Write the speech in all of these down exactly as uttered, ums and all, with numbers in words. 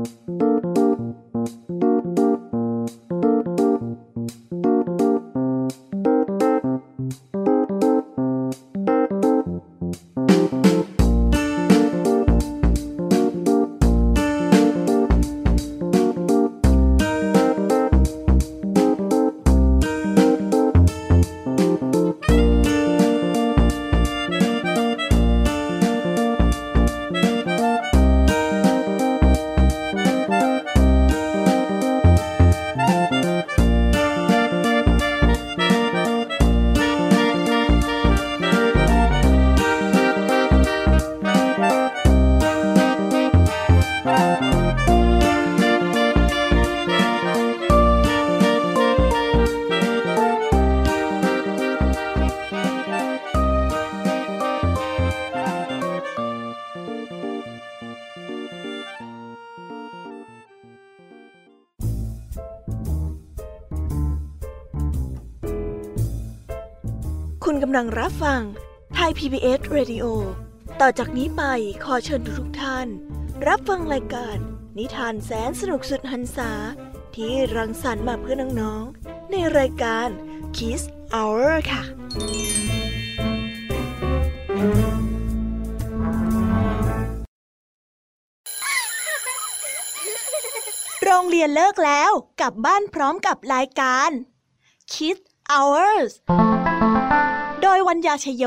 คุณกำลังรับฟังไทย พี บี เอส Radio ต่อจากนี้ไปขอเชิญทุกท่านรับฟังรายการนิทานแสนสนุกสุดหรรษาที่รังสรรค์มาเพื่อน้องๆในรายการ Kids Hour ค่ะโรงเรียนเลิกแล้วกลับบ้านพร้อมกับรายการ Kids Hoursโดยวัญญาชโย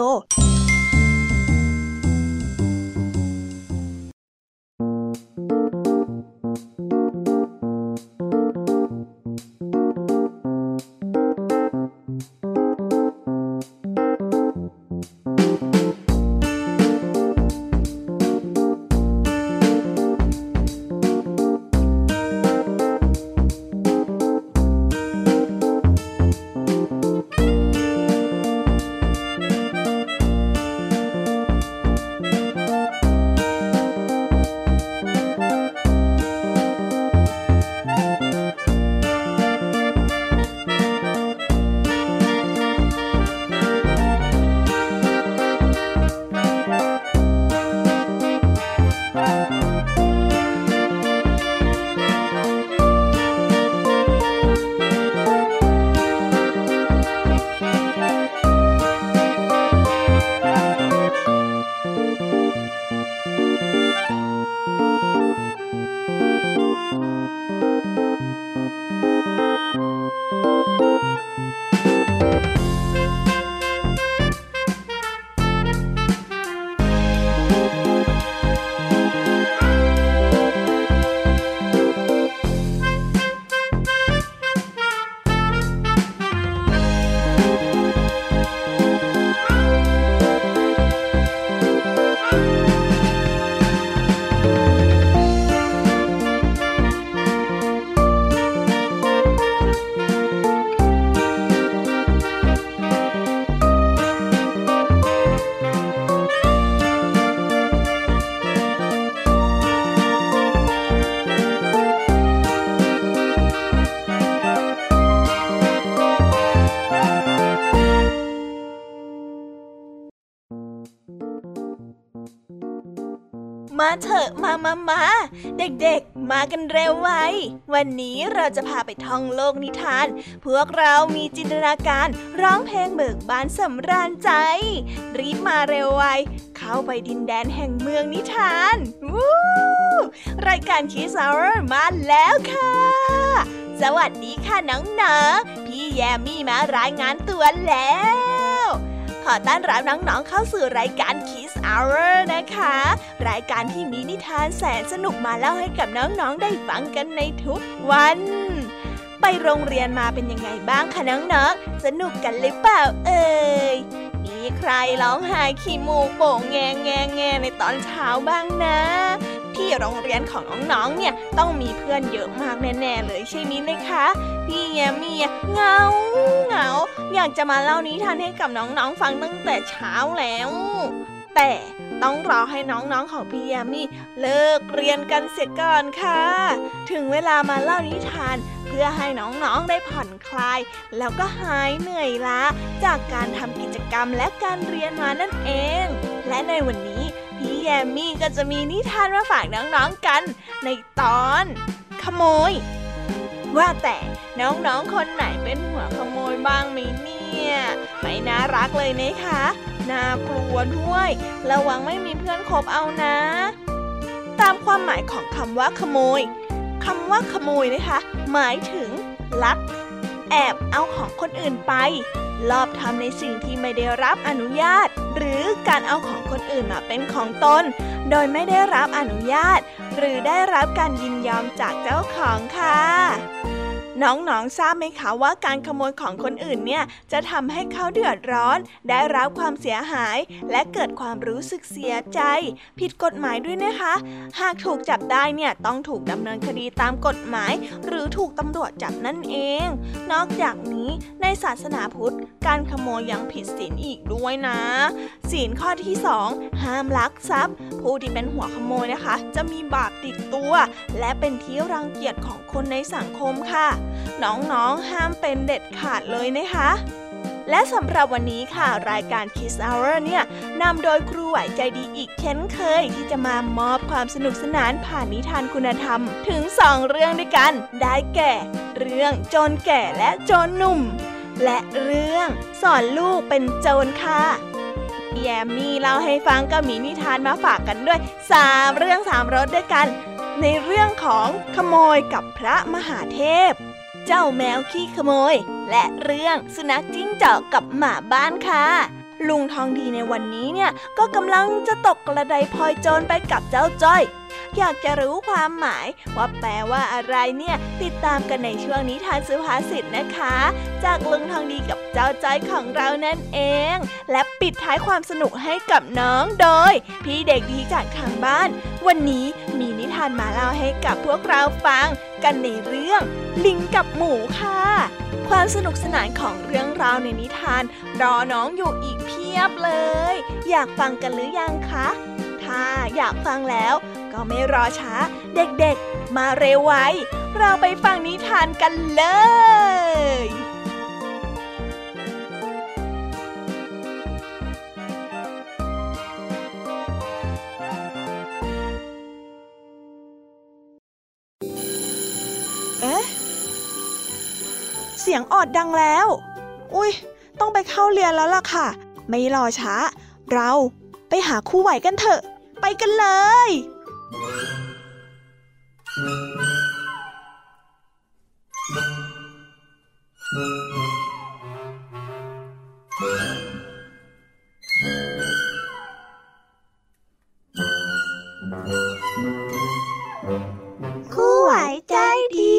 มาเถอะมามามาเด็กๆมากันเร็วไว้วันนี้เราจะพาไปท่องโลกนิทานพวกเรามีจินตนาการร้องเพลงเบิกบานสำราญใจรีบมาเร็วไว้เข้าไปดินแดนแห่งเมืองนิทานวู้รายการ Kids Hour มาแล้วค่ะสวัสดีค่ะน้องๆพี่แยมมี่มารายงานตัวแล้วขอต้อนรับน้องๆเข้าสู่รายการ Kids Hour นะคะรายการที่มีนิทานแสนสนุกมาเล่าให้กับน้องๆได้ฟังกันในทุกวันไปโรงเรียนมาเป็นยังไงบ้างคะน้องๆสนุกกันหรือเปล่าเอ่ยมีใครร้องไห้ขี้มูกโป่งแงแงแงในตอนเช้าบ้างนะที่โรงเรียนของน้องๆเนี่ยต้องมีเพื่อนเยอะมากแน่ๆเลยใช่ไหมนะคะพี่แยมมี่เหงาเหงาอยากจะมาเล่านิทานให้กับน้องๆฟังตั้งแต่เช้าแล้วแต่ต้องรอให้น้องๆของพี่แยมมี่เลิกเรียนกันเสียก่อนค่ะถึงเวลามาเล่านิทานเพื่อให้น้องๆได้ผ่อนคลายแล้วก็หายเหนื่อยล้าจากการทำกิจกรรมและการเรียนมานั่นเองและในวันนี้พี่แยมมี่ก็จะมีนิทานมาฝากน้องๆกันในตอนขโมยว่าแต่น้องๆคนไหนเป็นหัวขโมยบ้างไหมเนี่ยไม่น่ารักเลยนะคะน่ากลัวด้วยระวังไม่มีเพื่อนคบเอานะตามความหมายของคำว่าขโมยคำว่าขโมยนะคะหมายถึงลักแอบเอาของคนอื่นไปลอบทำในสิ่งที่ไม่ได้รับอนุญาตหรือการเอาของคนอื่นมาเป็นของตนโดยไม่ได้รับอนุญาตหรือได้รับการยินยอมจากเจ้าของค่ะน้องๆทราบไหมคะว่าการขโมยของคนอื่นเนี่ยจะทำให้เขาเดือดร้อนได้รับความเสียหายและเกิดความรู้สึกเสียใจผิดกฎหมายด้วยนะคะหากถูกจับได้เนี่ยต้องถูกดำเนินคดีตามกฎหมายหรือถูกตำรวจจับนั่นเองนอกจากนี้ในศาสนาพุทธการขโมยยังผิดศีลอีกด้วยนะศีลข้อที่สองห้ามลักทรัพย์ผู้ที่เป็นหัวขโมยนะคะจะมีบาปติดตัวและเป็นที่รังเกียจของคนในสังคมค่ะน้องๆห้ามเป็นเด็ดขาดเลยนะคะและสำหรับวันนี้ค่ะรายการ Kids Hour เนี่ยนำโดยครูไหวใจดีอีกเช่นเคยที่จะมามอบความสนุกสนานผ่านนิทานคุณธรรมถึงสองเรื่องด้วยกันได้แก่เรื่องโจรแก่และโจรหนุ่มและเรื่องสอนลูกเป็นโจรค่ะแยมมี่เล่าให้ฟังก็มีนิทานมาฝากกันด้วยสามเรื่องสามรสด้วยกันในเรื่องของขโมยกับพระมหาเทพเจ้าแมวขี้ขโมยและเรื่องสุนัขจิ้งจอกกับหมาบ้านค่ะลุงทองดีในวันนี้เนี่ยก็กำลังจะตกกระไดพลอยโจรไปกับเจ้าจ้อยอยากจะรู้ความหมายว่าแปลว่าอะไรเนี่ยติดตามกันในช่วงนิทานสุภาษิตนะคะจากลุงทองดีกับเจ้าจ้อยของเรานั่นเองและปิดท้ายความสนุกให้กับน้องโดยพี่เด็กดีจากทางบ้านวันนี้มีนิทานมาเล่าให้กับพวกเราฟังกันในเรื่องลิงกับหมูค่ะความสนุกสนานของเรื่องราวในนิทานรอน้องอยู่อีกเพียบเลยอยากฟังกันหรือยังคะถ้าอยากฟังแล้วก็ไม่รอช้าเด็กๆมาเร็วไวเราไปฟังนิทานกันเลยเอ๊ะเสียงออดดังแล้วอุ๊ยต้องไปเข้าเรียนแล้วล่ะค่ะไม่รอช้าเราไปหาครูไหวกันเถอะไปกันเลยครูไหวใจดี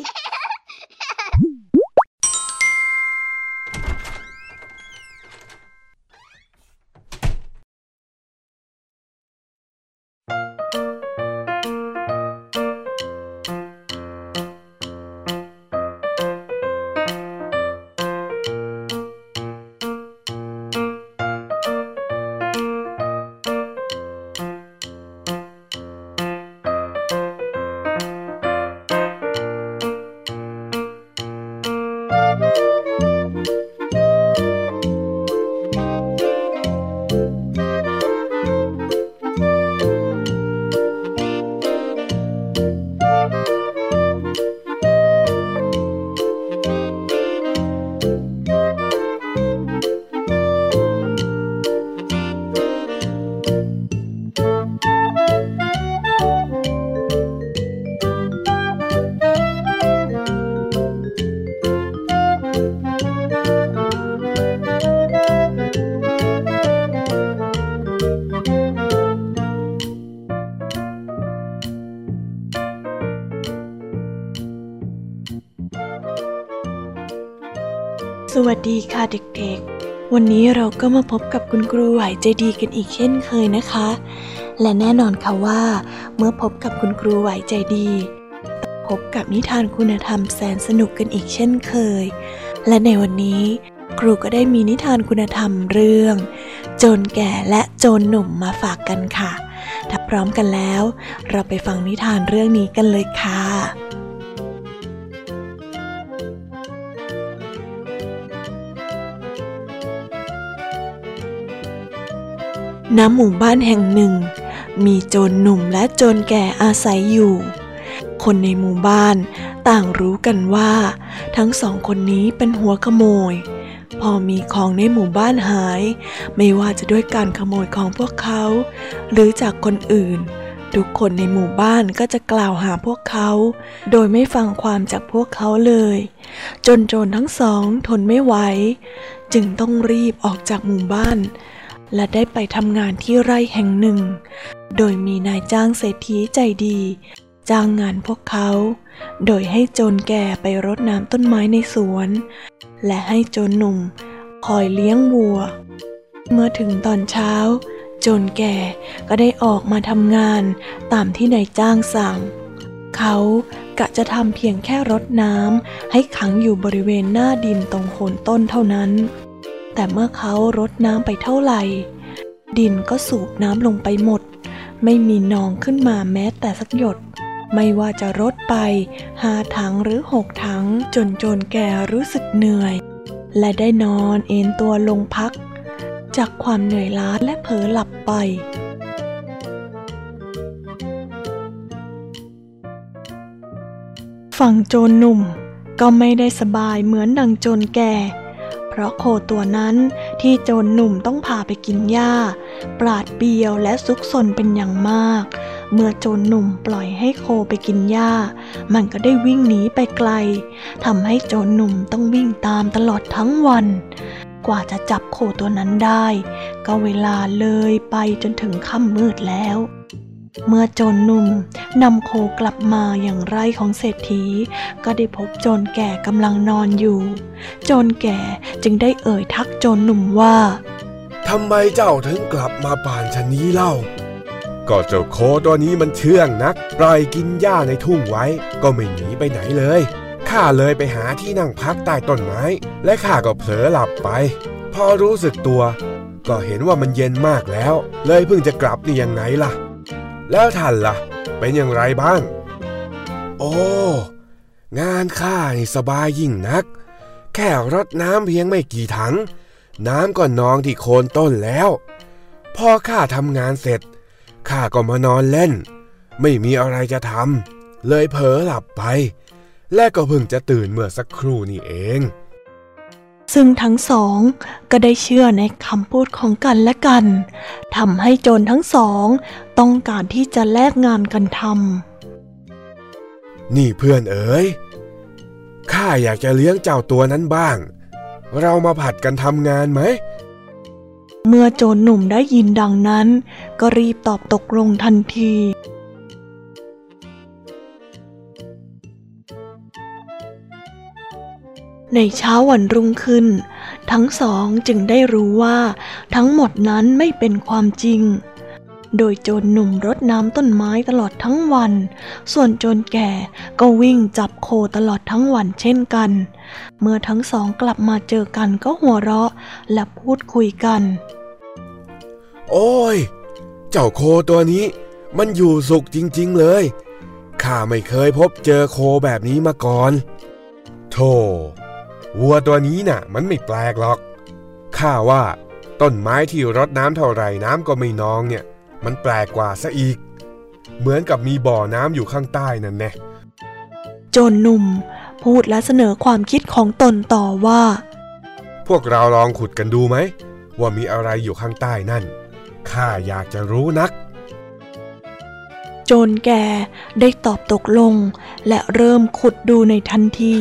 สวัสดีค่ะเด็กๆวันนี้เราก็มาพบกับคุณครูไหวใจดีกันอีกเช่นเคยนะคะและแน่นอนค่ะว่าเมื่อพบกับคุณครูไหวใจดีพบกับนิทานคุณธรรมแสนสนุกกันอีกเช่นเคยและในวันนี้ครูก็ได้มีนิทานคุณธรรมเรื่องโจรแก่และโจรหนุ่มมาฝากกันค่ะถ้าพร้อมกันแล้วเราไปฟังนิทานเรื่องนี้กันเลยค่ะณ หมู่บ้านแห่งหนึ่งมีโจรหนุ่มและโจรแก่อาศัยอยู่คนในหมู่บ้านต่างรู้กันว่าทั้งสองคนนี้เป็นหัวขโมยพอมีของในหมู่บ้านหายไม่ว่าจะด้วยการขโมยของพวกเขาหรือจากคนอื่นทุกคนในหมู่บ้านก็จะกล่าวหาพวกเขาโดยไม่ฟังความจากพวกเขาเลยจนโจรทั้งสองทนไม่ไหวจึงต้องรีบออกจากหมู่บ้านและได้ไปทำงานที่ไร่แห่งหนึ่งโดยมีนายจ้างเศรษฐีใจดีจ้างงานพวกเขาโดยให้โจรแก่ไปรดน้ำต้นไม้ในสวนและให้โจรหนุ่มคอยเลี้ยงวัวเมื่อถึงตอนเช้าโจรแก่ก็ได้ออกมาทำงานตามที่นายจ้างสั่งเขากะจะทำเพียงแค่รดน้ำให้ขังอยู่บริเวณหน้าดินตรงโคนต้นเท่านั้นแต่เมื่อเขารดน้ำไปเท่าไหร่ดินก็สูบน้ำลงไปหมดไม่มีนองขึ้นมาแม้แต่สักหยดไม่ว่าจะรดไปห้าถังหรือหกถังจนโจรแก่รู้สึกเหนื่อยและได้นอนเอนตัวลงพักจากความเหนื่อยล้าและเผลอหลับไปฝั่งโจรหนุ่มก็ไม่ได้สบายเหมือนดังโจรแก่เพราะโคตัวนั้นที่โจรหนุ่มต้องพาไปกินหญ้าปราดเปรียวและซุกซนเป็นอย่างมากเมื่อโจรหนุ่มปล่อยให้โคไปกินหญ้ามันก็ได้วิ่งหนีไปไกลทำให้โจรหนุ่มต้องวิ่งตามตลอดทั้งวันกว่าจะจับโคตัวนั้นได้ก็เวลาเลยไปจนถึงค่ำมืดแล้วเมื่อโจรหนุ่มนำโคกลับมาอย่างไร่ของเศรษฐีก็ได้พบโจรแก่กำลังนอนอยู่โจรแก่จึงได้เอ่ยทักโจรหนุ่มว่าทำไมเจ้าถึงกลับมาป่านชะนี้เล่าก็เจ้าโคตัวนี้มันเชื่องนักปล่อยกินหญ้าในทุ่งไว้ก็ไม่หนีไปไหนเลยข้าเลยไปหาที่นั่งพักใต้ต้นไม้และข้าก็เผลอหลับไปพอรู้สึกตัวก็เห็นว่ามันเย็นมากแล้วเลยเพิ่งจะกลับนี่ยังไงล่ะแล้วท่านล่ะเป็นอย่างไรบ้างโอ้งานข้านี่สบายยิ่งนักแค่รดน้ำเพียงไม่กี่ถังน้ำก็นองที่โคนต้นแล้วพอข้าทำงานเสร็จข้าก็มานอนเล่นไม่มีอะไรจะทำเลยเผลอหลับไปและก็เพิ่งจะตื่นเมื่อสักครู่นี่เองซึ่งทั้งสองก็ได้เชื่อในคำพูดของกันและกันทำให้โจรทั้งสองต้องการที่จะแลกงานกันทำนี่เพื่อนเอ๋ยข้าอยากจะเลี้ยงเจ้าตัวนั้นบ้างเรามาผัดกันทำงานไหมเมื่อโจรหนุ่มได้ยินดังนั้นก็รีบตอบตกลงทันทีในเช้าวันรุ่งขึ้นทั้งสองจึงได้รู้ว่าทั้งหมดนั้นไม่เป็นความจริงโดยโจรหนุ่มรดน้ำต้นไม้ตลอดทั้งวันส่วนโจรแก่ก็วิ่งจับโคตลอดทั้งวันเช่นกันเมื่อทั้งสองกลับมาเจอกันก็หัวเราะและพูดคุยกันโอ้ยเจ้าโคตัวนี้มันอยู่สุขจริงๆเลยข้าไม่เคยพบเจอโคแบบนี้มาก่อนโธ่วัวตัวนี้น่ะมันไม่แปลกหรอกข้าว่าต้นไม้ที่รดน้ำเท่าไรน้ำก็ไม่นองเนี่ยมันแปลกกว่าซะอีกเหมือนกับมีบ่อน้ำอยู่ข้างใต้นั่นแน่โจรหนุ่มพูดและเสนอความคิดของตนต่อว่าพวกเราลองขุดกันดูไหมว่ามีอะไรอยู่ข้างใต้นั่นข้าอยากจะรู้นักโจรแก่ได้ตอบตกลงและเริ่มขุดดูในทันที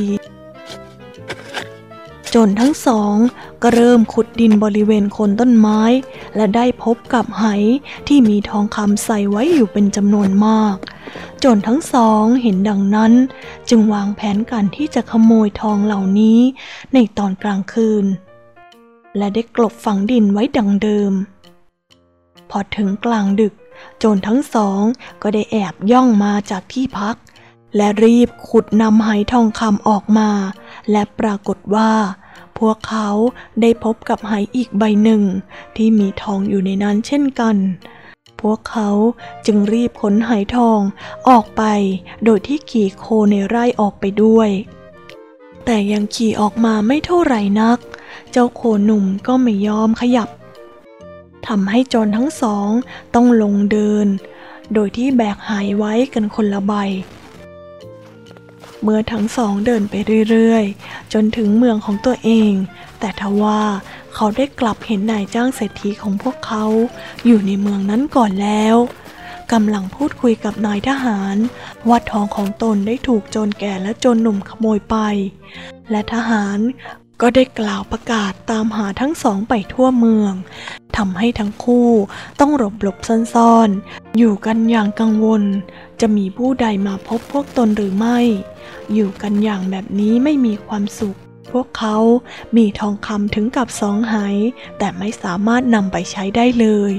โจรทั้งสองก็เริ่มขุดดินบริเวณโคนต้นไม้และได้พบกับไหที่มีทองคำใส่ไว้อยู่เป็นจำนวนมากโจรทั้งสองเห็นดังนั้นจึงวางแผนการที่จะขโมยทองเหล่านี้ในตอนกลางคืนและได้กลบฝังดินไว้ดังเดิมพอถึงกลางดึกโจรทั้งสองก็ได้แอบย่องมาจากที่พักและรีบขุดนำไหทองคำออกมาและปรากฏว่าพวกเขาได้พบกับไหอีกใบหนึ่งที่มีทองอยู่ในนั้นเช่นกันพวกเขาจึงรีบขนไหทองออกไปโดยที่ขี่โคในไร่ออกไปด้วยแต่ยังขี่ออกมาไม่เท่าไหร่นักเจ้าโคหนุ่มก็ไม่ยอมขยับทำให้โจรทั้งสองต้องลงเดินโดยที่แบกหายไว้กันคนละใบเมื่อทั้งสองเดินไปเรื่อยๆจนถึงเมืองของตัวเองแต่ทว่าเขาได้กลับเห็นนายจ้างเศรษฐีของพวกเขาอยู่ในเมืองนั้นก่อนแล้วกำลังพูดคุยกับนายทหารว่าทองของตนได้ถูกโจรแก่และโจรหนุ่มขโมยไปและทหารก็ได้กล่าวประกาศตามหาทั้งสองไปทั่วเมืองทำให้ทั้งคู่ต้องหลบหลบซ่อนๆอยู่กันอย่างกังวลจะมีผู้ใดมาพบพวกตนหรือไม่อยู่กันอย่างแบบนี้ไม่มีความสุขพวกเขามีทองคำถึงกับสองไหแต่ไม่สามารถนำไปใช้ได้เลย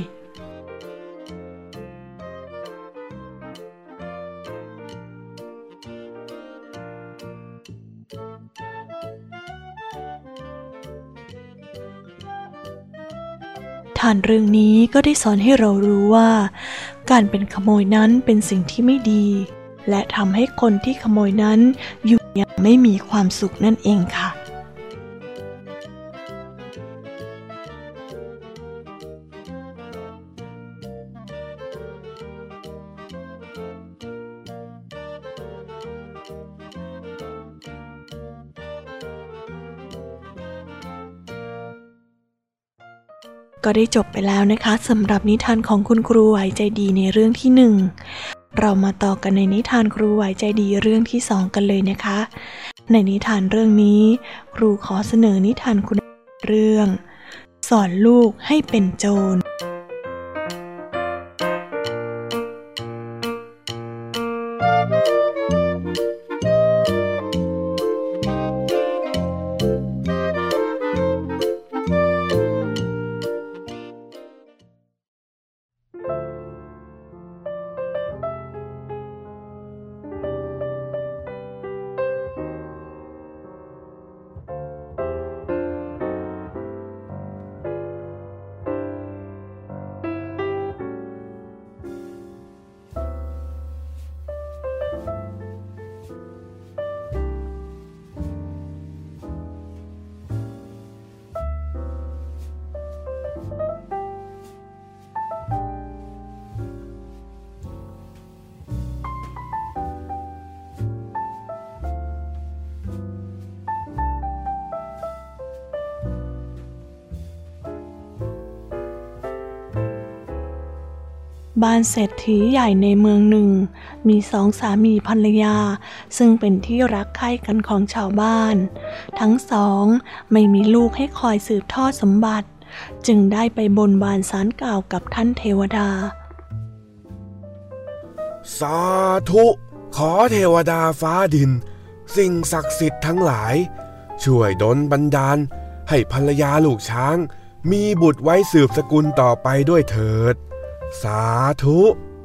ทานเรื่องนี้ก็ได้สอนให้เรารู้ว่าการเป็นขโมยนั้นเป็นสิ่งที่ไม่ดีและทำให้คนที่ขโมยนั้นอยู่อย่างไม่มีความสุขนั่นเองค่ะก็ได้จบไปแล้วนะคะสำหรับนิทานของคุณครูไหวใจดีในเรื่องที่หนึ่งเรามาต่อกันในนิทานครูไหวใจดีเรื่องที่สองกันเลยนะคะในนิทานเรื่องนี้ครูขอเสนอนิทานคุณเรื่องสอนลูกให้เป็นโจรบ้านเศรษฐีใหญ่ในเมืองหนึ่งมีสองสามีภรรยาซึ่งเป็นที่รักใคร่กันของชาวบ้านทั้งสองไม่มีลูกให้คอยสืบทอดสมบัติจึงได้ไปบนบานศาลกล่าวกับท่านเทวดาสาธุขอเทวดาฟ้าดินสิ่งศักดิ์สิทธิ์ทั้งหลายช่วยดลบันดาลให้ภรรยาลูกช้างมีบุตรไว้สืบสกุลต่อไปด้วยเถิดสาธุ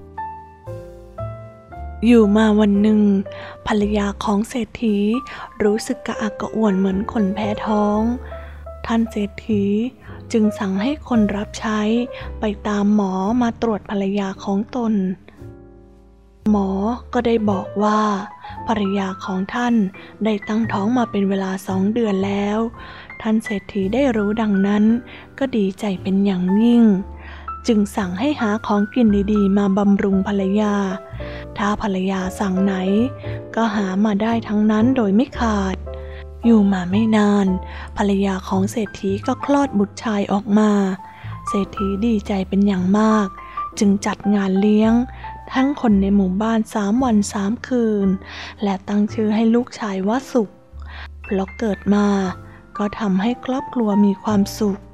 อยู่มาวันหนึ่งภรรยาของเศรษฐีรู้สึกกระอักกระอ่วนเหมือนคนแพ้ท้องท่านเศรษฐีจึงสั่งให้คนรับใช้ไปตามหมอมาตรวจภรรยาของตนหมอก็ได้บอกว่าภรรยาของท่านได้ตั้งท้องมาเป็นเวลาสองเดือนแล้วท่านเศรษฐีได้รู้ดังนั้นก็ดีใจเป็นอย่างยิ่งจึงสั่งให้หาของกินดีๆมาบำรุงภรรยาถ้าภรรยาสั่งไหนก็หามาได้ทั้งนั้นโดยไม่ขาดอยู่มาไม่นานภรรยาของเศรษฐีก็คลอดบุตรชายออกมาเศรษฐีดีใจเป็นอย่างมากจึงจัดงานเลี้ยงทั้งคนในหมู่บ้านสามวันสามคืนและตั้งชื่อให้ลูกชายว่าสุขเพราะเกิดมาก็ทำให้ครอบครัวมีความสุข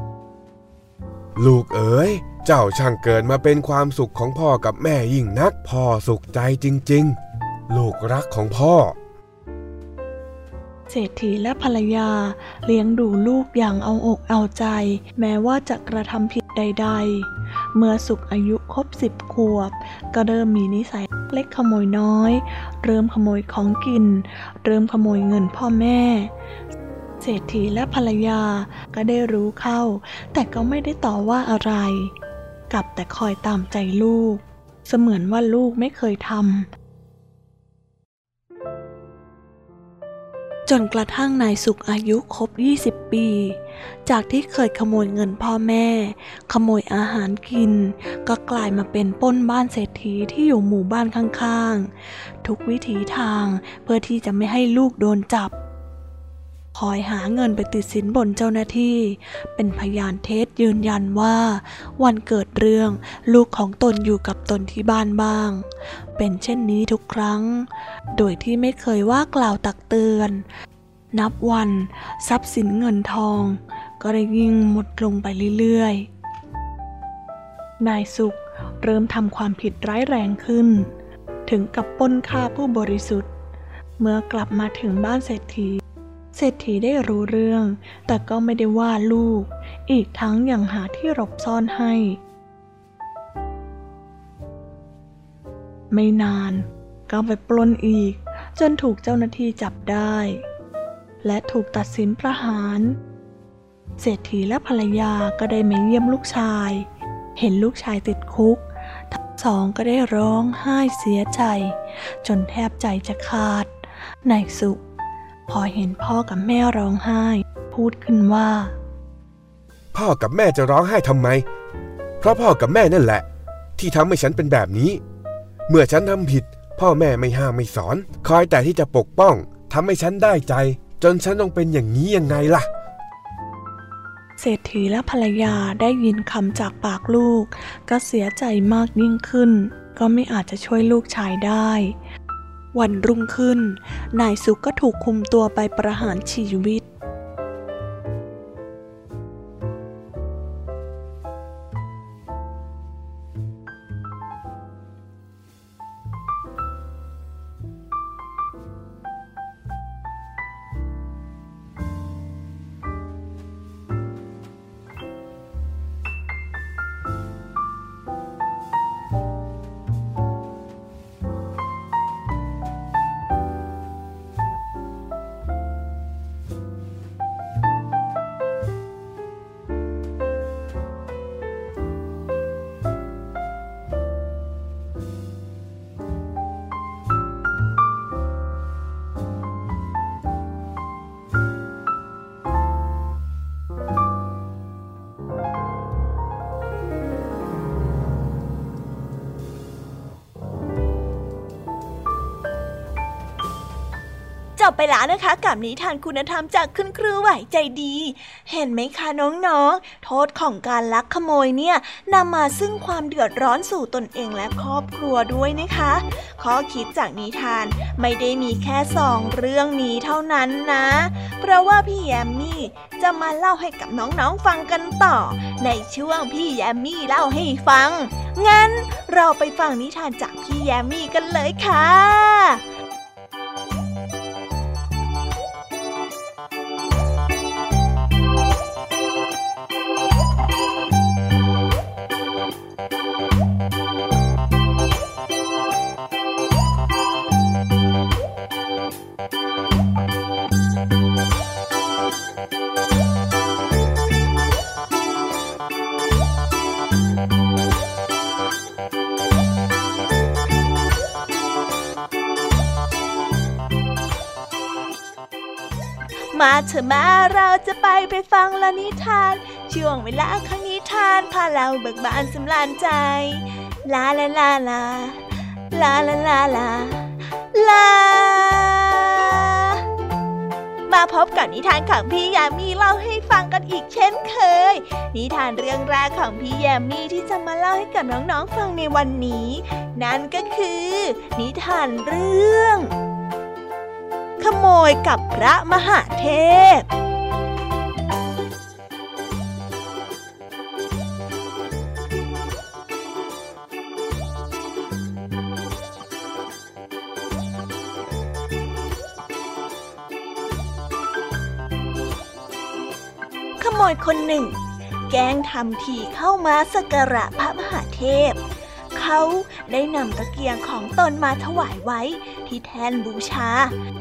ลูกเอ๋ยเจ้าช่างเกิดมาเป็นความสุขของพ่อกับแม่ยิ่งนักพ่อสุขใจจริงๆลูกรักของพ่อเศรษฐีและภรรยาเลี้ยงดูลูกอย่างเอาอกเอาใจแม้ว่าจะกระทำผิดใดๆเมื่อสุขอายุครบสิบขวบก็เริ่มมีนิสัยเล็กขโมยน้อยเริ่มขโมยของกินเริ่มขโมยเงินพ่อแม่เศรษฐีและภรรยาก็ได้รู้เข้าแต่ก็ไม่ได้ต่อว่าอะไรกลับแต่คอยตามใจลูกเสมือนว่าลูกไม่เคยทจนกระทั่งนายสุขอายุครบยี่สิบปีจากที่เคยขโมยเงินพ่อแม่ขโมยอาหารกินก็กลายมาเป็นปล้นบ้านเศรษฐีที่อยู่หมู่บ้านข้างๆทุกวิถีทางเพื่อที่จะไม่ให้ลูกโดนจับคอยหาเงินไปติดสินบนเจ้าหน้าที่เป็นพยานเท็จยืนยันว่าวันเกิดเรื่องลูกของตนอยู่กับตนที่บ้านบ้างเป็นเช่นนี้ทุกครั้งโดยที่ไม่เคยว่ากล่าวตักเตือนนับวันทรัพย์สินเงินทองก็ได้ยิ่งหมดลงไปเรื่อยๆนายสุขเริ่มทำความผิดร้ายแรงขึ้นถึงกับปล้นฆ่าผู้บริสุทธิ์เมื่อกลับมาถึงบ้านเศรษฐีเศรษฐีได้รู้เรื่องแต่ก็ไม่ได้ว่าลูกอีกทั้งยังหาที่หลบซ่อนให้ไม่นานก็ไปปล้นอีกจนถูกเจ้าหน้าที่จับได้และถูกตัดสินประหารเศรษฐีและภรรยาก็ได้มาเยี่ยมลูกชายเห็นลูกชายติดคุกทั้งสองก็ได้ร้องไห้เสียใจจนแทบใจจะขาดนายสุขพอเห็นพ่อกับแม่ร้องไห้พูดขึ้นว่าพ่อกับแม่จะร้องไห้ทำไมเพราะพ่อกับแม่นั่นแหละที่ทำให้ฉันเป็นแบบนี้เมื่อฉันทำผิดพ่อแม่ไม่ห้ามไม่สอนคอยแต่ที่จะปกป้องทำให้ฉันได้ใจจนฉันต้องเป็นอย่างนี้ยังไงล่ะเศรษฐีและภรรยาได้ยินคำจากปากลูกก็เสียใจมากยิ่งขึ้นก็ไม่อาจจะช่วยลูกชายได้วันรุ่งขึ้นนายสุขก็ถูกคุมตัวไปประหารชีวิตจบไปแล้วนะคะกับนิทานคุณธรรมจากคุณครูไหวใจดีเห็นไหมคะน้องๆโทษของการลักขโมยเนี่ยนำมาซึ่งความเดือดร้อนสู่ตนเองและครอบครัวด้วยนะคะข้อคิดจากนิทานไม่ได้มีแค่สองเรื่องนี้เท่านั้นนะเพราะว่าพี่แยมมี่จะมาเล่าให้กับน้องๆฟังกันต่อในช่วงพี่แยมมี่เล่าให้ฟังงั้นเราไปฟังนิทานจากพี่แยมมี่กันเลยค่ะมาเถอะมาเราจะไปไปฟังละนิทานช่วงเวลาของนิทานพาเราเบิกบานสำราญใจลาลาลาลาลาลาลาลาลามาพบกับนิทานของพี่ยามีเล่าให้ฟังกันอีกเช่นเคยนิทานเรื่องแรกของพี่ยามีที่จะมาเล่าให้กับน้องๆฟังในวันนี้นั่นก็คือนิทานเรื่องขโมยกับพระมหาเทพขโมยคนหนึ่งแกล้งทำทีเข้ามาสักการะพระมหาเทพเขาได้นำตะเกียงของตนมาถวายไว้ที่แท่นบูชา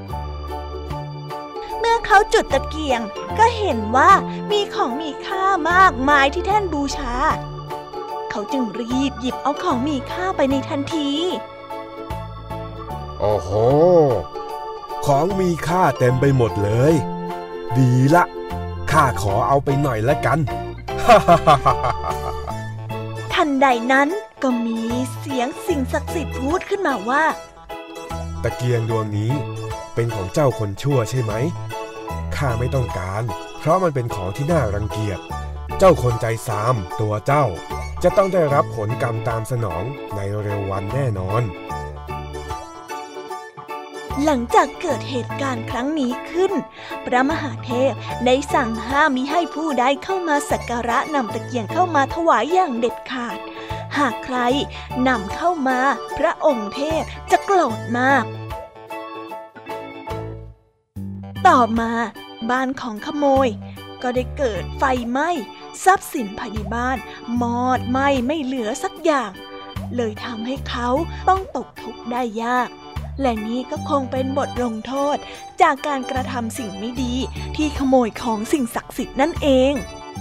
เมื่อเขาจุดตะเกียงก็เห็นว่ามีของมีค่ามากมายที่แท่นบูชาเขาจึงรีบหยิบเอาของมีค่าไปในทันทีโอ้โหของมีค่าเต็มไปหมดเลยดีละข้าขอเอาไปหน่อยละกันทันใดนั้นก็มีเสียงสิ่งศักดิ์สิทธิ์พูดขึ้นมาว่าตะเกียงดวงนี้เป็นของเจ้าคนชั่วใช่ไหมข้าไม่ต้องการเพราะมันเป็นของที่น่ารังเกียจเจ้าคนใจซามตัวเจ้าจะต้องได้รับผลกรรมตามสนองในเร็ววันแน่นอนหลังจากเกิดเหตุการณ์ครั้งนี้ขึ้นพระมหาเทพได้สั่งห้ามมิให้ผู้ใดเข้ามาสักการะนำตะเกียงเข้ามาถวายอย่างเด็ดขาดหากใครนำเข้ามาพระองค์เทพจะโกรธมากต่อมาบ้านของขโมยก็ได้เกิดไฟไหม้ทรัพย์สินภายในบ้านมอดไหม้ไม่เหลือสักอย่างเลยทำให้เขาต้องตกทุกข์ได้ยากและนี่ก็คงเป็นบทลงโทษจากการกระทำสิ่งไม่ดีที่ขโมยของสิ่งศักดิ์สิทธิ์นั่นเอง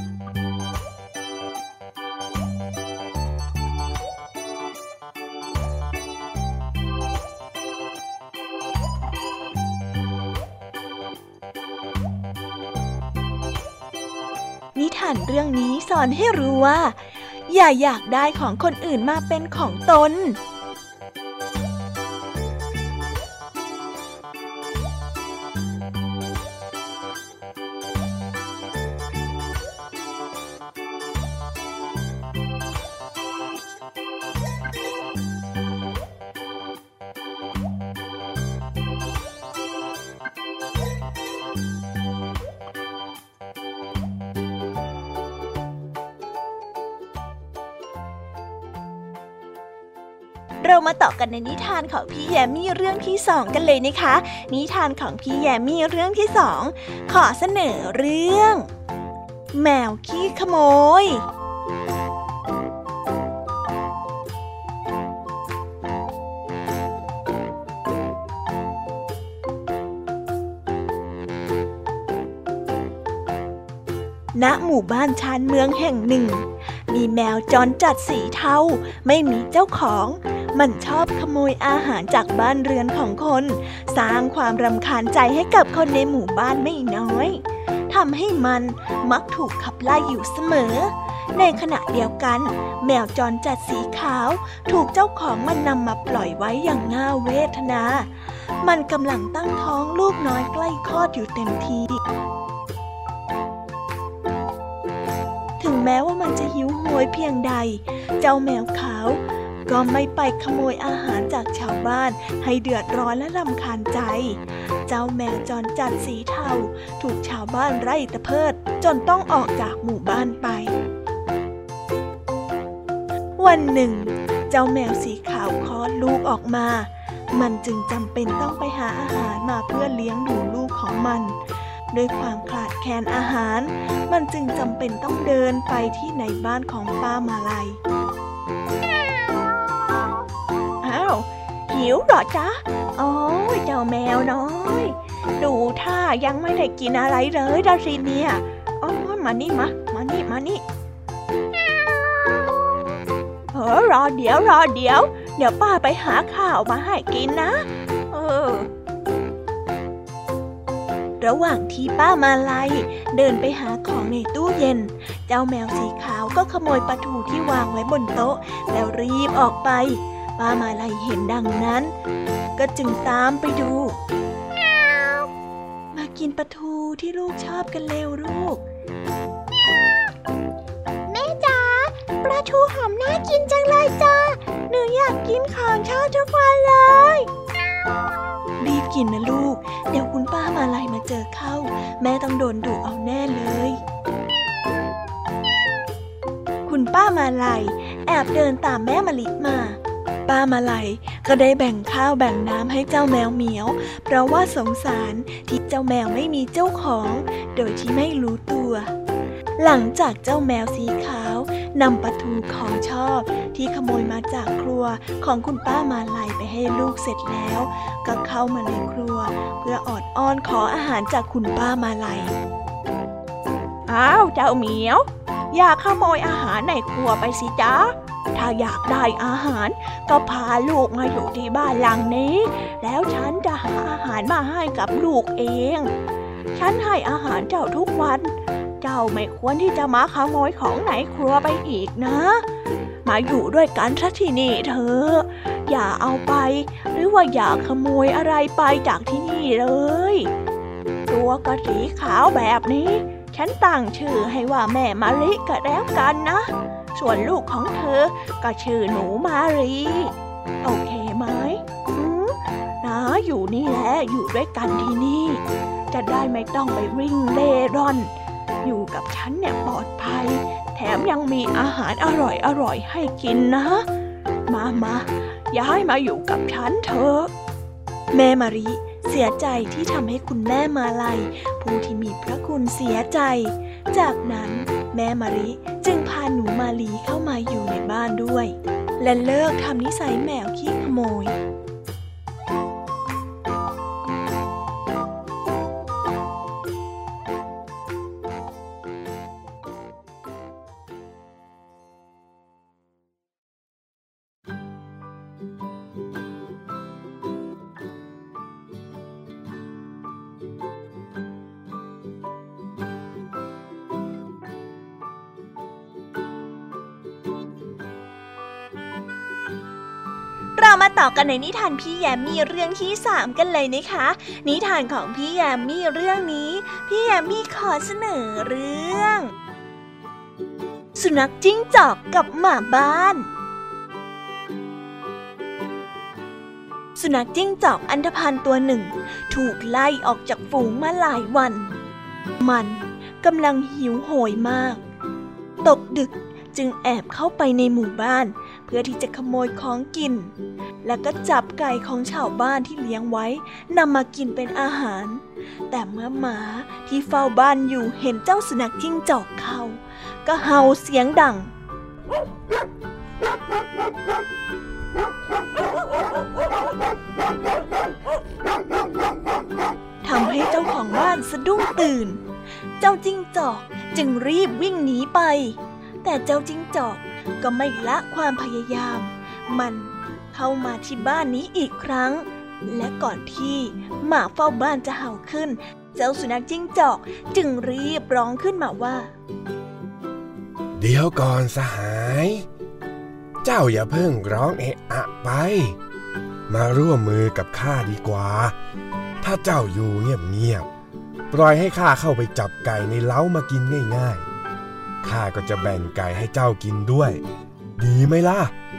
นิทานเรื่องนี้สอนให้รู้ว่าอย่าอยากได้ของคนอื่นมาเป็นของตนเรามาต่อกันในนิทานของพี่แยมมี่เรื่องที่สองกันเลยนะคะนิทานของพี่แยมมี่เรื่องที่สองขอเสนอเรื่องแมวขี้ขโมยณหมู่บ้านชานเมืองแห่งหนึ่งมีแมวจรจัดสีเทาไม่มีเจ้าของมันชอบขโมยอาหารจากบ้านเรือนของคนสร้างความรำคาญใจให้กับคนในหมู่บ้านไม่น้อยทำให้มันมักถูกขับไล่อยู่เสมอในขณะเดียวกันแมวจรจัดสีขาวถูกเจ้าของมันนำมาปล่อยไว้อย่างน่าเวทนามันกำลังตั้งท้องลูกน้อยใกล้คลอดอยู่เต็มทีถึงแม้ว่ามันจะหิวโหยเพียงใดเจ้าแมวขาวก็ไม่ไปขโมยอาหารจากชาวบ้านให้เดือดร้อนและรำคาญใจเจ้าแมวจรจัดสีเทาถูกชาวบ้านไล่ตะเพิดจนต้องออกจากหมู่บ้านไปวันหนึ่งเจ้าแมวสีขาวคลอดลูกออกมามันจึงจำเป็นต้องไปหาอาหารมาเพื่อเลี้ยงดูลูกของมันด้วยความขาดแคลนอาหารมันจึงจำเป็นต้องเดินไปที่ในบ้านของป้ามาลัยอ้าวหิวเหรอจ๊ะโอ้ยเจ้าแมวน้อยดูท่ายังไม่ได้กินอะไรเลยดาสิเนี่ยโอ้ยมานี่มามานี่มานี่เออรอเดี๋ยวรอเดี๋ยวเดี๋ยวป้าไปหาข้าวมาให้กินนะเออระหว่างที่ป้ามาลัยเดินไปหาของในตู้เย็นเจ้าแมวสีขาวก็ขโมยปลาทูที่วางไว้บนโต๊ะแล้วรีบออกไปป้ามาลัยเห็นดังนั้นก็จึงตามไปดูมากินปลาทูที่ลูกชอบกันเร็วลูกแม่จ๋าปลาทูหอมน่ากินจังเลยจ้าหนูอยากกินของชอบทุกวันเลยรีบกินนะลูกเดี๋ยวคุณป้ามาลัยมาเจอเข้าแม่ต้องโดนดุเอาแน่เลยคุณป้ามาลัยแอบเดินตามแม่มะลิมาป้ามาลัยก็ได้แบ่งข้าวแบ่งน้ำให้เจ้าแมวเหมียวเพราะว่าสงสารที่เจ้าแมวไม่มีเจ้าของโดยที่ไม่รู้ตัวหลังจากเจ้าแมวสีขาวนำปลาทูของชอบที่ขโมยมาจากครัวของคุณป้ามาลัยไปให้ลูกเสร็จแล้วก็เข้ามาในครัวเพื่อออดอ้อนขออาหารจากคุณป้ามาลัยอ้าวเจ้าเหมียวอย่าขโมยอาหารในครัวไปสิจ๊ะถ้าอยากได้อาหารก็พาลูกมาอยู่ที่บ้านหลังนี้แล้วฉันจะหาอาหารมาให้กับลูกเองฉันให้อาหารเจ้าทุกวันเจ้าไม่ควรที่จะมาขโมยของในครัวไปอีกนะมาอยู่ด้วยกันซะที่นี่เถอะอย่าเอาไปหรือว่าอย่าขโมยอะไรไปจากที่นี่เลยตัวก็สีขาวแบบนี้ฉันตั้งชื่อให้ว่าแม่มะลิก็แล้วกันนะส่วนลูกของเธอก็ชื่อหนูมารีโอเคไหมหืมนะอยู่นี่แหละอยู่ด้วยกันที่นี่จะได้ไม่ต้องไปวิ่งเล่ร่อนอยู่กับฉันเนี่ยปลอดภัยแถมยังมีอาหารอร่อยอร่อยให้กินนะมามาย้ายมาอยู่กับฉันเถอะแม่มารีเสียใจที่ทำให้คุณแม่มาลัยผู้ที่มีพระคุณเสียใจจากนั้นแม่มารีจึงพาหนูมาลีเข้ามาอยู่ในบ้านด้วยและเลิกทำนิสัยแมวขี้ขโมยเรามาต่อกันในนิทานพี่แยมมี่เรื่องที่สามกันเลยนะคะนิทานของพี่แยมมี่เรื่องนี้พี่แยมมี่ขอเสนอเรื่องสุนัขจิ้งจอกกับหมาบ้านสุนัขจิ้งจอกอันธพาลตัวหนึ่งถูกไล่ออกจากฝูงมาหลายวันมันกำลังหิวโหยมากตกดึกจึงแอบเข้าไปในหมู่บ้านเพื่อที่จะขโมยของกินแล้วก็จับไก่ของชาวบ้านที่เลี้ยงไว้นำมากินเป็นอาหารแต่เมื่อหมาที่เฝ้าบ้านอยู่เห็นเจ้าสุนัขจิ้งจอกเข้าก็เห่าเสียงดังทำให้เจ้าของบ้านสะดุ้งตื่นเจ้าจิ้งจอกจึงรีบวิ่งหนีไปแต่เจ้าจิ้งจอกก็ไม่ละความพยายามมันเข้ามาที่บ้านนี้อีกครั้งและก่อนที่หมาเฝ้าบ้านจะเห่าขึ้นเจ้าสุนัขจิ้งจอกจึงรีบร้องขึ้นมาว่าเดี๋ยวก่อนสหายเจ้าอย่าเพิ่งร้องเอะอะไปมาร่วมมือกับข้าดีกว่าถ้าเจ้าอยู่เงียบๆปล่อยให้ข้าเข้าไปจับไก่ในเล้ามากินง่ายๆข้าก็จะแบ่งไก่ให้เจ้ากินด้วยดีไหมล่ะ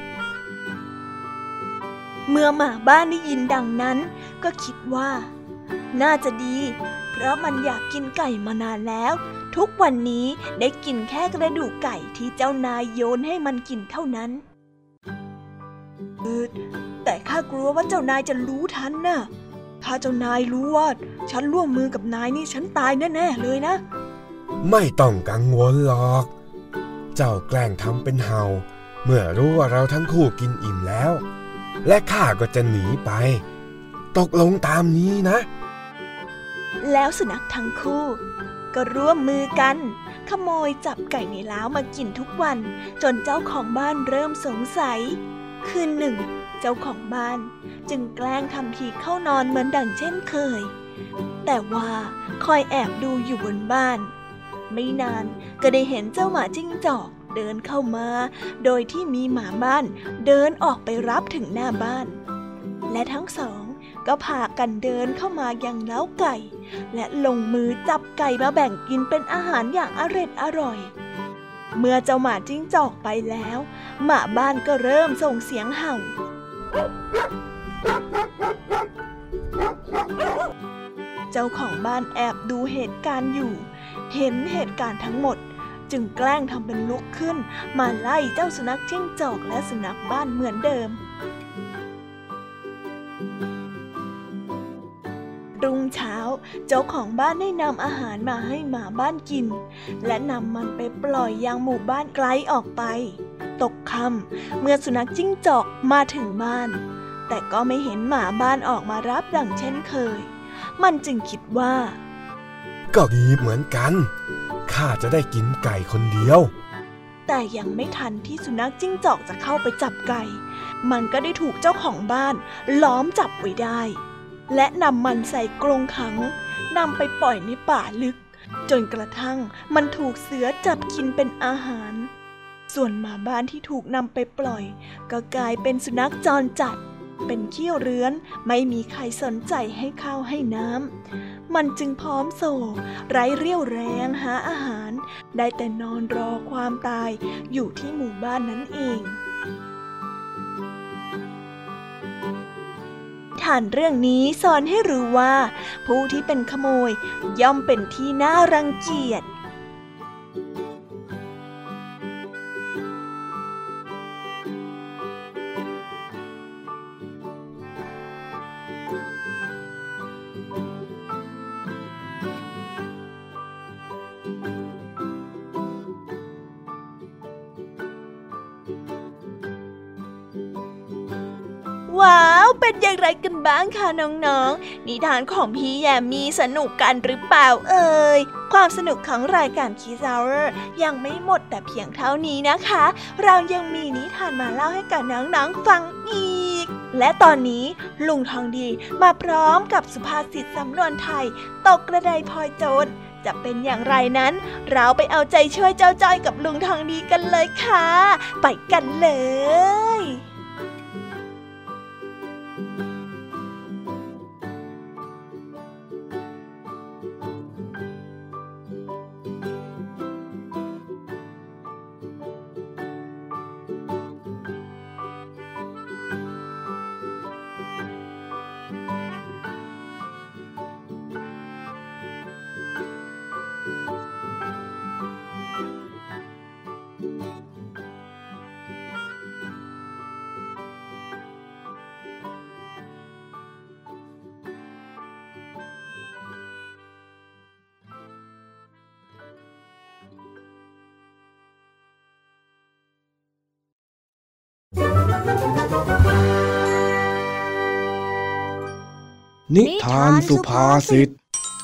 เมื่อหมาบ้านได้ยินดังนั้นก็คิดว่าน่าจะดีเพราะมันอยากกินไก่มานานแล้วทุกวันนี้ได้กินแค่กระดูกไก่ที่เจ้านายโยนให้มันกินเท่านั้นเออแต่ข้ากลัวว่าเจ้านายจะรู้ทันน่ะถ้าเจ้านายรู้ว่าฉันร่วมมือกับนายนี่ฉันตายแน่ๆเลยนะไม่ต้องกังวลหรอกเจ้าแกล้งทำเป็นเห่าเมื่อรู้ว่าเราทั้งคู่กินอิ่มแล้วและข้าก็จะหนีไปตกลงตามนี้นะแล้วสุนัขทั้งคู่ก็ร่วมมือกันขโมยจับไก่ในเล้ามากินทุกวันจนเจ้าของบ้านเริ่มสงสัยคืนหนึ่งเจ้าของบ้านจึงแกล้งทำทีเข้านอนเหมือนดังเช่นเคยแต่ว่าคอยแอบดูอยู่บนบ้านไม่นานก็ได้เห็นเจ้าหมาจิ้งจอกเดินเข้ามาโดยที่มีหมาบ้านเดินออกไปรับถึงหน้าบ้านและทั้งสองก็พากันเดินเข้ามายังเล้าไก่และลงมือจับไก่มาแบ่งกินเป็นอาหารอย่างอร็ดอร่อยเมื่อเจ้าหมาจิ้งจอกไปแล้วหมาบ้านก็เริ่มส่งเสียงเห่าเจ้าของบ้านแอบดูเหตุการณ์อยู่เห็นเหตุการณ์ทั้งหมดจึงแกล้งทำเป็นลุกขึ้นมาไล่เจ้าสุนัขจิ้งจอกและสุนัขบ้านเหมือนเดิมรุ่งเช้าเจ้าของบ้านได้นำอาหารมาให้หมาบ้านกินและนำมันไปปล่อยยังหมู่บ้านไกลออกไปตกค่ำเมื่อสุนัขจิ้งจอกมาถึงบ้านแต่ก็ไม่เห็นหมาบ้านออกมารับดังเช่นเคยมันจึงคิดว่าก็ดีเหมือนกันข้าจะได้กินไก่คนเดียวแต่ยังไม่ทันที่สุนัขจิ้งจอกจะเข้าไปจับไก่มันก็ได้ถูกเจ้าของบ้านล้อมจับไว้ได้และนำมันใส่กรงขังนำไปปล่อยในป่าลึกจนกระทั่งมันถูกเสือจับกินเป็นอาหารส่วนหมาบ้านที่ถูกนำไปปล่อยก็กลายเป็นสุนัขจรจัดเป็นเขี้ยวเรื้อนไม่มีใครสนใจให้ข้าวให้น้ำมันจึงพร้อมโศกไร้เรี่ยวแรงหาอาหารได้แต่นอนรอความตายอยู่ที่หมู่บ้านนั้นเองนิทานเรื่องนี้สอนให้รู้ว่าผู้ที่เป็นขโมยย่อมเป็นที่น่ารังเกียจว้าวเป็นอย่างไรกันบ้างคะน้องๆนิทานของพี่แยมมีสนุกกันหรือเปล่าเอ่ยความสนุกของรายการ Kids Hour ยังไม่หมดแต่เพียงเท่านี้นะคะเรายังมีนิทานมาเล่าให้กับน้องๆฟังอีกและตอนนี้ลุงทองดีมาพร้อมกับสุภาษิตสำนวนไทยตกกระไดพลอยโจรจะเป็นอย่างไรนั้นเราไปเอาใจช่วยเจ้าจ้อยกับลุงทองดีกันเลยค่ะไปกันเลยนิทานสุภาษิต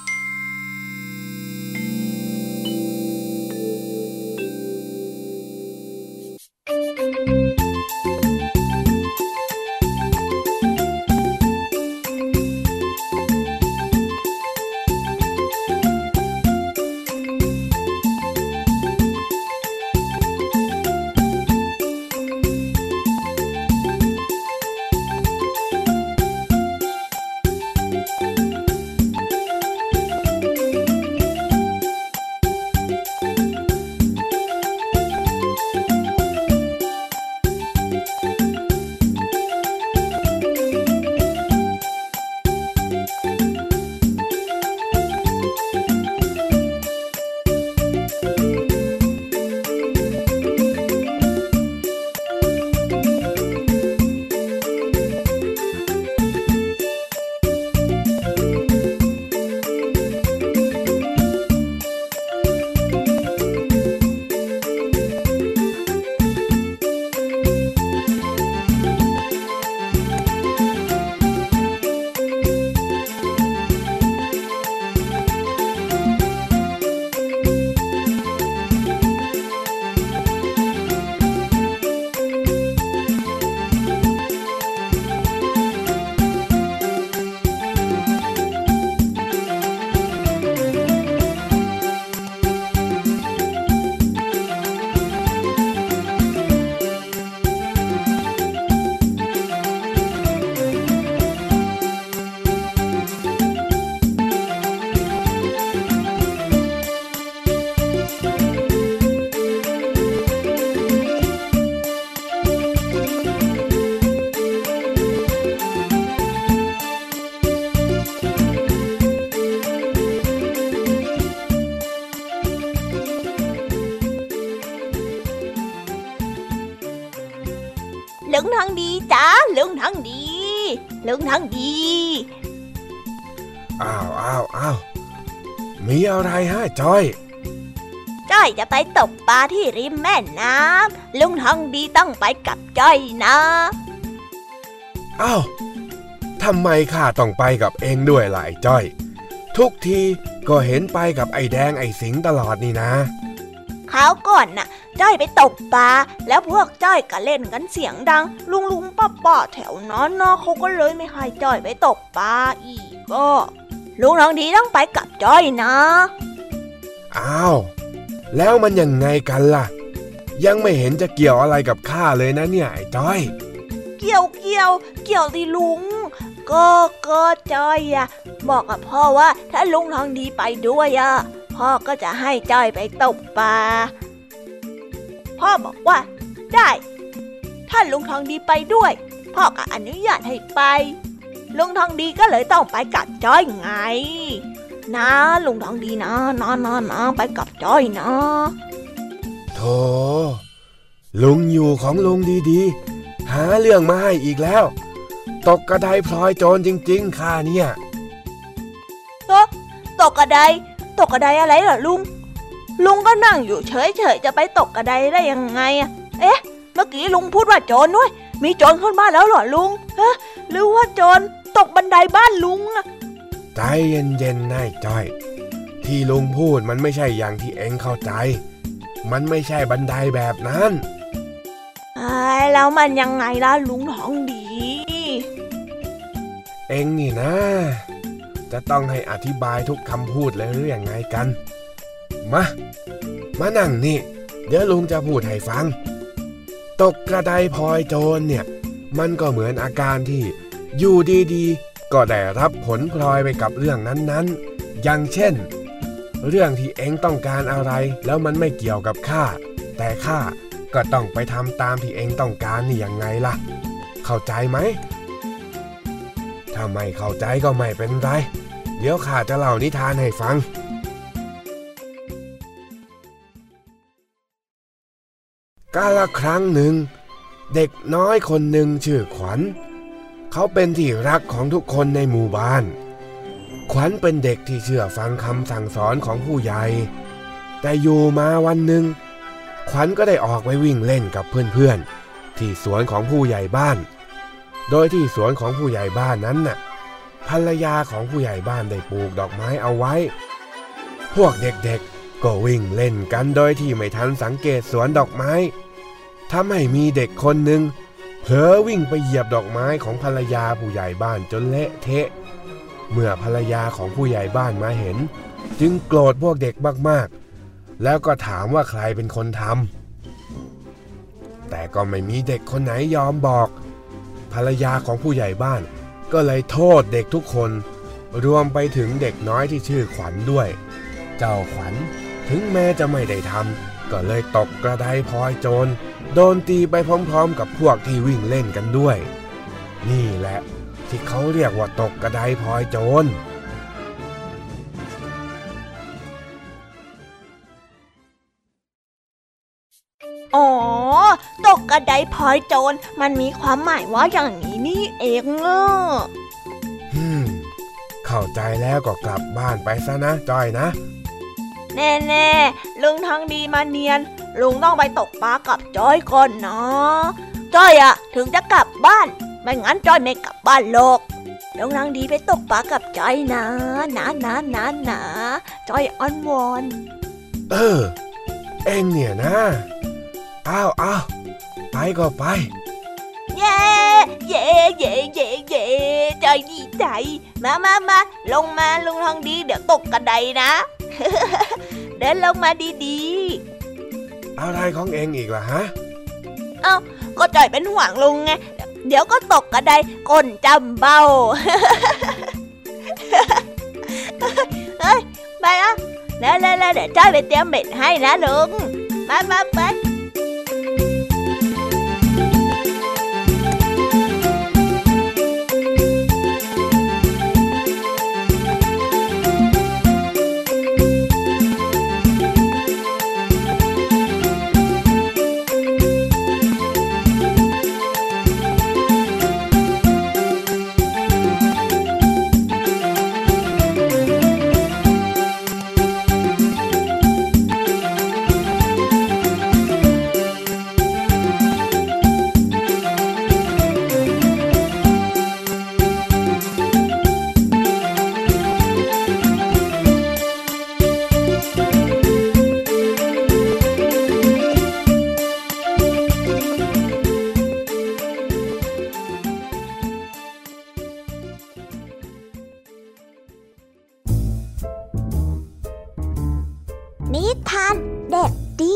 ลุงทองดีจ้าลุงทองดีลุงทองดีอ้าวอ้าวอ้าวมีอะไรฮะจ้อยจ้อยจะไปตกปลาที่ริมแม่น้ำลุงทองดีต้องไปกับจ้อยนะอ้าวทำไมข้าต้องไปกับเองด้วยล่ะไอ้จ้อยทุกทีก็เห็นไปกับไอ้แดงไอ้สิงตลอดนี่นะคราวก่อนน่ะจ้อยไปตกปลาแล้วพวกจ้อยก็เล่นกันเสียงดังลุงลุงป้าป้าแถวนั้นเนาะเขาก็เลยไม่ให้จ้อยไปตกปลาอีกก็ลุงทองดีต้องไปกับจ้อยนะอ้าวแล้วมันยังไงกันล่ะยังไม่เห็นจะเกี่ยวอะไรกับข้าเลยนะเนี่ยไอ้จ้อยเกี่ยวเกี่ยวเกี่ยวดิลุงก็ก็จ้อยอะบอกกับพ่อว่าถ้าลุงทองดีไปด้วยอะพ่อก็จะให้จ้อยไปตกปลาพ่อบอกว่าได้ถ้าลุงทองดีไปด้วยพ่อก็อนุญาตให้ไปลุงทองดีก็เลยต้องไปกับจ้อยไงนะลุงทองดีนะนะนะนะไปกับจ้อยนะโธ่ลุงอยู่ของลุงดีๆหาเรื่องมาให้อีกแล้วตกกระไดพลอยโจรจริงๆข้าเนี่ยตกตกกระไดตกกระไดอะไรเหรอลุงลุงก็นั่งอยู่เฉยๆจะไปตกกระไดได้ยังไงอะเอ๊ะเมื่อกี้ลุงพูดว่าโจรด้วยมีโจรขึ้นบ้านแล้วเหรอลุงฮะหรือว่าโจรตกบันไดบ้านลุงอะใจเย็นๆนายจ้อยที่ลุงพูดมันไม่ใช่อย่างที่เอ็งเข้าใจมันไม่ใช่บันไดแบบนั้นไอ้แล้วมันยังไงล่ะลุงทองดีเอ็งนี่นะจะต้องให้อธิบายทุกคำพูดเลยหรือยังไงกันมามานั่งนี่เดี๋ยวลุงจะพูดให้ฟังตกกระไดพลอยโจรเนี่ยมันก็เหมือนอาการที่อยู่ดีๆก็ได้รับผลพลอยไปกับเรื่องนั้นๆอย่างเช่นเรื่องที่เอ็งต้องการอะไรแล้วมันไม่เกี่ยวกับข้าแต่ข้าก็ต้องไปทำตามที่เอ็งต้องการนี่ยังไงล่ะเข้าใจไหมถ้าไม่เข้าใจก็ไม่เป็นไรเดี๋ยวข้าจะเล่านิทานให้ฟังกาลครั้งหนึ่งเด็กน้อยคนหนึ่งชื่อขวัญเขาเป็นที่รักของทุกคนในหมู่บ้านขวัญเป็นเด็กที่เชื่อฟังคำสั่งสอนของผู้ใหญ่แต่อยู่มาวันหนึ่งขวัญก็ได้ออกไปวิ่งเล่นกับเพื่อนๆที่สวนของผู้ใหญ่บ้านโดยที่สวนของผู้ใหญ่บ้านนั้นน่ะภรรยาของผู้ใหญ่บ้านได้ปลูกดอกไม้เอาไว้พวกเด็กๆก็วิ่งเล่นกันโดยที่ไม่ทันสังเกตสวนดอกไม้ทำให้มีเด็กคนหนึ่งเผลอวิ่งไปเหยียบดอกไม้ของภรรยาผู้ใหญ่บ้านจนเละเทะเมื่อภรรยาของผู้ใหญ่บ้านมาเห็นจึงโกรธพวกเด็กมากๆแล้วก็ถามว่าใครเป็นคนทำแต่ก็ไม่มีเด็กคนไหนยอมบอกภรรยาของผู้ใหญ่บ้านก็เลยโทษเด็กทุกคนรวมไปถึงเด็กน้อยที่ชื่อขวัญด้วยเจ้าขวัญถึงแม้จะไม่ได้ทำก็เลยตกกระไดพลอยโจรโดนตีไปพร้อมๆกับพวกที่วิ่งเล่นกันด้วยนี่แหละที่เขาเรียกว่าตกกระไดพลอยโจรอ๋อตกกระไดพลอยโจรมันมีความหมายว่าอย่างนี้นี่เองอ่ะฮึมเข้าใจแล้วก็กลับบ้านไปซะนะจ้อยนะแน่ๆลุงทองดีมาเนียนลุงต้องไปตกปลากับจ้อยก่อนนะจ้อยอะถึงจะกลับบ้านไม่งั้นจ้อยไม่กลับบ้านหรอกลุงทองดีไปตกปลากับจ้อยนะนะนะนะนะจ้อยอ้อนวอนเออเอ็งเนี่ยนะอ้าวอ้าวไปก็ไปเย้เย้เย้เย้เย้จ้อยดีใจมามามาลงมาลุงทองดีเดี๋ยวตกกระไดนะเดินลงมาดีๆอะไรของเอ็งอีกล่ะฮะเอ้าก็จ้อยเป็นห่วงลุงไงเดี๋ยวก็ตกกระไดก้นจำเบ้าเฮ้ยไปอ่ะแล้วแล้วเดี๋ยวจ้อยไปเตรียมเบ็ดให้นะลุงมามาไปนิทานเด็กดี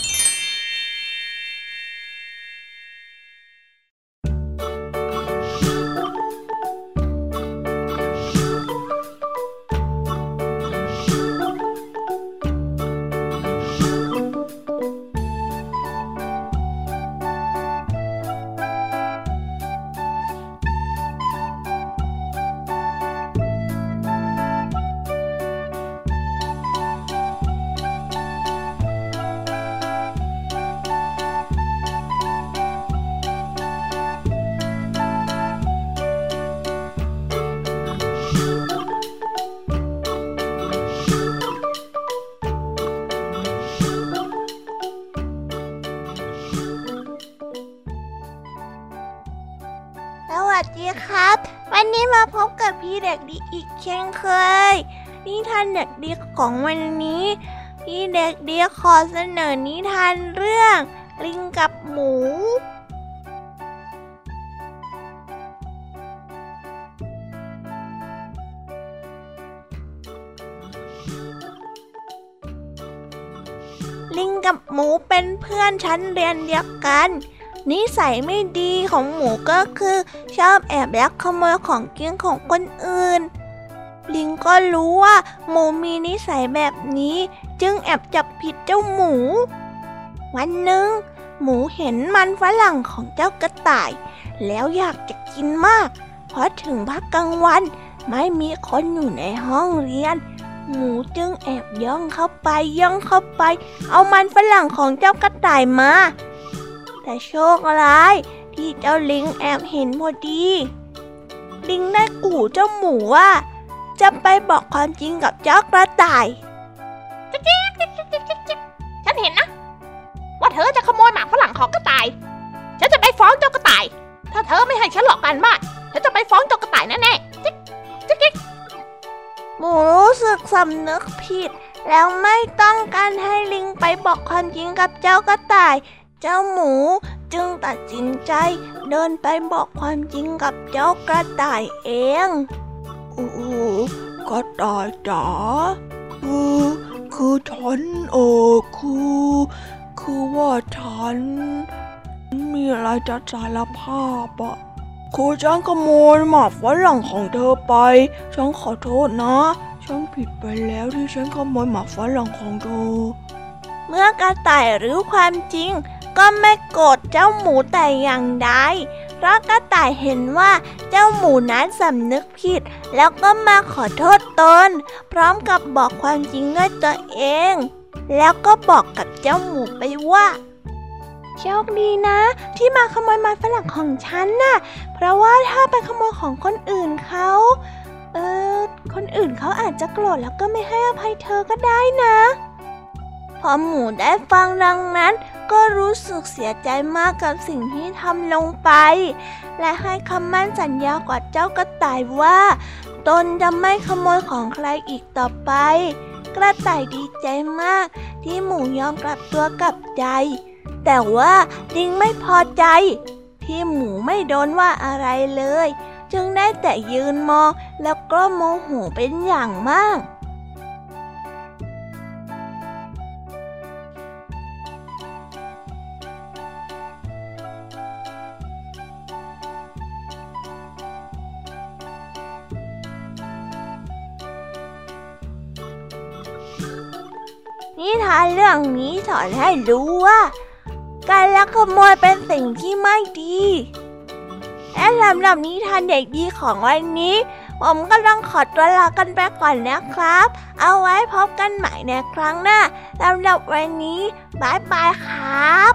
สวัสดีครับวันนี้มาพบกับพี่เด็กดีอีกเช่นเคยนิทานเด็กดีของวันนี้พี่เด็กดีขอเสนอนิทานเรื่องลิงกับหมูลิงกับหมูเป็นเพื่อนชั้นเรียนเดียวกันนิสัยไม่ดีของหมูก็คือชอบแอบลักขโมยของกินของคนอื่นลิงก็รู้ว่าหมูมีนิสัยแบบนี้จึงแอบจับผิดเจ้าหมูวันหนึ่งหมูเห็นมันฝรั่งของเจ้ากระต่ายแล้วอยากจะกินมากเพราะถึงพักกลางวันไม่มีคนอยู่ในห้องเรียนหมูจึงแอบย่องเข้าไปย่องเข้าไปเอามันฝรั่งของเจ้ากระต่ายมาแต่โชคร้ายที่เจ้าลิงแอบเห็นพอดีลิงได้ขู่เจ้าหมูว่าจะไปบอกความจริงกับเจ้ากระต่ายฉันเห็นนะว่าเธอจะขโมยหมากฝรั่งของกระต่ายฉันจะไปฟ้องเจ้ากระต่ายถ้าเธอไม่ให้ฉันหลอกกันบ้านฉันจะไปฟ้องเจ้ากระต่ายแน่ๆจิ๊กจิ๊กหมูรู้สึกสำนึกผิดแล้วไม่ต้องการให้ลิงไปบอกความจริงกับเจ้ากระต่ายเจ้าหมูจึงตัดสินใจเดินไปบอกความจริงกับเจ้ากระต่ายเองโอ้กระต่ายจ๋าคือคือฉันเออคือคือว่าฉันมีอะไรจะสารภาพอ่ะคือฉันขโมยหมากฝรั่งของเธอไปฉันขอโทษนะฉันผิดไปแล้วที่ฉันขโมยหมากฝรั่งของเธอเมื่อกระต่ายรู้ความจริงก็ไม่โกรธเจ้าหมูแต่อย่างใดเพราะกระต่ายเห็นว่าเจ้าหมูนั้นสำนึกผิดแล้วก็มาขอโทษตนพร้อมกับบอกความจริงด้วยตัวเองแล้วก็บอกกับเจ้าหมูไปว่าโชคดีนะที่มาขโมยมันฝรั่งของฉันน่ะเพราะว่าถ้าไปขโมยของคนอื่นเขาเออคนอื่นเขาอาจจะโกรธแล้วก็ไม่ให้อภัยเธอก็ได้นะพอหมูได้ฟังดังนั้นก็รู้สึกเสียใจมากกับสิ่งที่ทำลงไปและให้คำมั่นสัญญากับเจ้ากระต่ายว่าตนจะไม่ขโมยของใครอีกต่อไปกระต่ายดีใจมากที่หมูยอมกลับตัวกลับใจแต่ว่าลิงไม่พอใจที่หมูไม่โดนว่าอะไรเลยจึงได้แต่ยืนมองแล้วก็โมโหเป็นอย่างมากนิทานเรื่องนี้สอนให้รู้ว่าการลักขโมยเป็นสิ่งที่ไม่ดีและสำหรับนิทานเด็กดีของวันนี้ผมก็ต้องขอตัวลากันไปก่อนนะครับเอาไว้พบกันใหม่ในครั้งหน้าสำหรับวันนี้บ๊ายบายครับ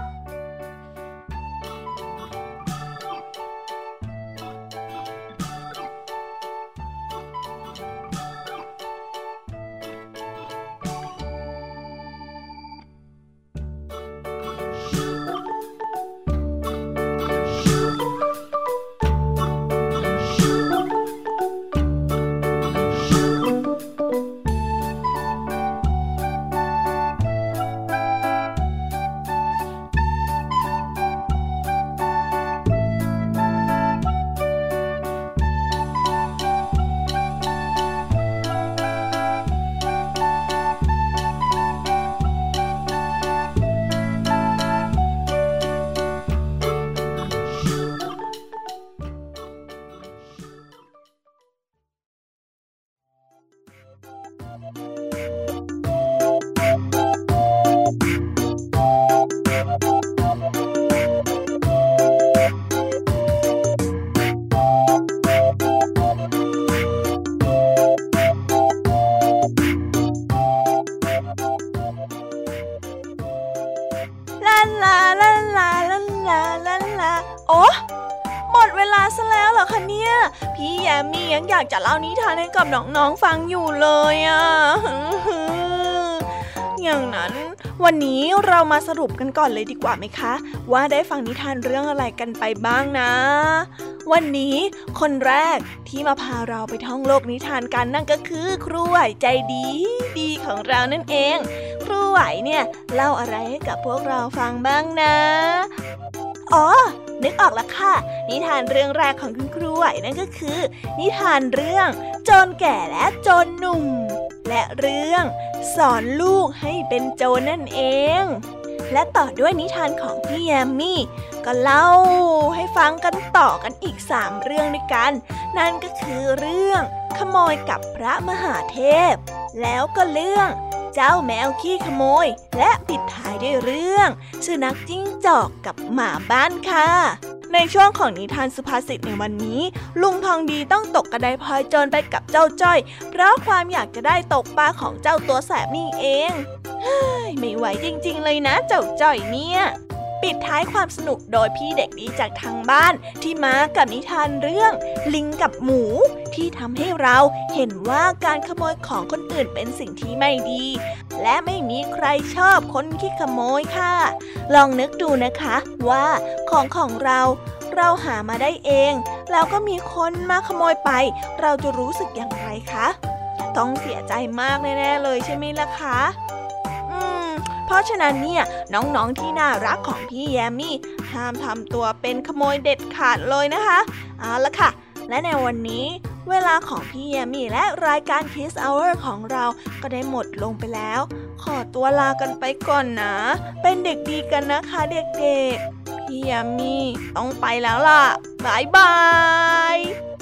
มมี่ยังอยากจะเล่านิทานให้กับน้องๆฟังอยู่เลยอ่ะ อย่างนั้นวันนี้เรามาสรุปกันก่อนเลยดีกว่าไหมคะว่าได้ฟังนิทานเรื่องอะไรกันไปบ้างนะวันนี้คนแรกที่มาพาเราไปท่องโลกนิทานกันนั่นก็คือครูไหวใจดีดีของเรานั่นเองครูไหวเนี่ยเล่าอะไรให้กับพวกเราฟังบ้างนะอ๋อนึกออกแล้วค่ะนิทานเรื่องแรกของคุณครูไหวนั่นก็คือนิทานเรื่องโจรแก่และโจรหนุ่มและเรื่องสอนลูกให้เป็นโจรนั่นเองและต่อด้วยนิทานของพี่แยมมี่ก็เล่าให้ฟังกันต่อกันอีกสามเรื่องด้วยกันนั่นก็คือเรื่องขโมยกับพระมหาเทพแล้วก็เรื่องเจ้าแมวขี้ขโมยและปิดท้ายด้วยเรื่องสุนัขจิ้งจอกกับหมาบ้านค่ะในช่วงของนิทานสุภาษิตในวันนี้ลุงทองดีต้องตกกระไดพลอยโจรไปกับเจ้าจ้อยเพราะความอยากจะได้ตกปลาของเจ้าตัวแสบนี่เองเฮ้ยไม่ไหวจริงๆเลยนะเจ้าจ้อยเนี่ยปิดท้ายความสนุกโดยพี่เด็กดีจากทางบ้านที่มากับนิทานเรื่องลิงกับหมูที่ทำให้เราเห็นว่าการขโมยของคนอื่นเป็นสิ่งที่ไม่ดีและไม่มีใครชอบคนขี้ขโมยค่ะลองนึกดูนะคะว่าของของเราเราหามาได้เองแล้วก็มีคนมาขโมยไปเราจะรู้สึกอย่างไรคะต้องเสียใจมากแน่ๆเลยใช่ไหมล่ะคะอืมเพราะฉะนั้นเนี่ยน้องๆที่น่ารักของพี่แยมมี่ห้ามทำตัวเป็นขโมยเด็ดขาดเลยนะคะเอาละค่ะและในวันนี้เวลาของพี่แยมมี่และรายการ Kids Hour ของเราก็ได้หมดลงไปแล้วขอตัวลากันไปก่อนนะเป็นเด็กดีกันนะคะเด็กๆพี่แยมมี่ต้องไปแล้วล่ะบ๊ายบาย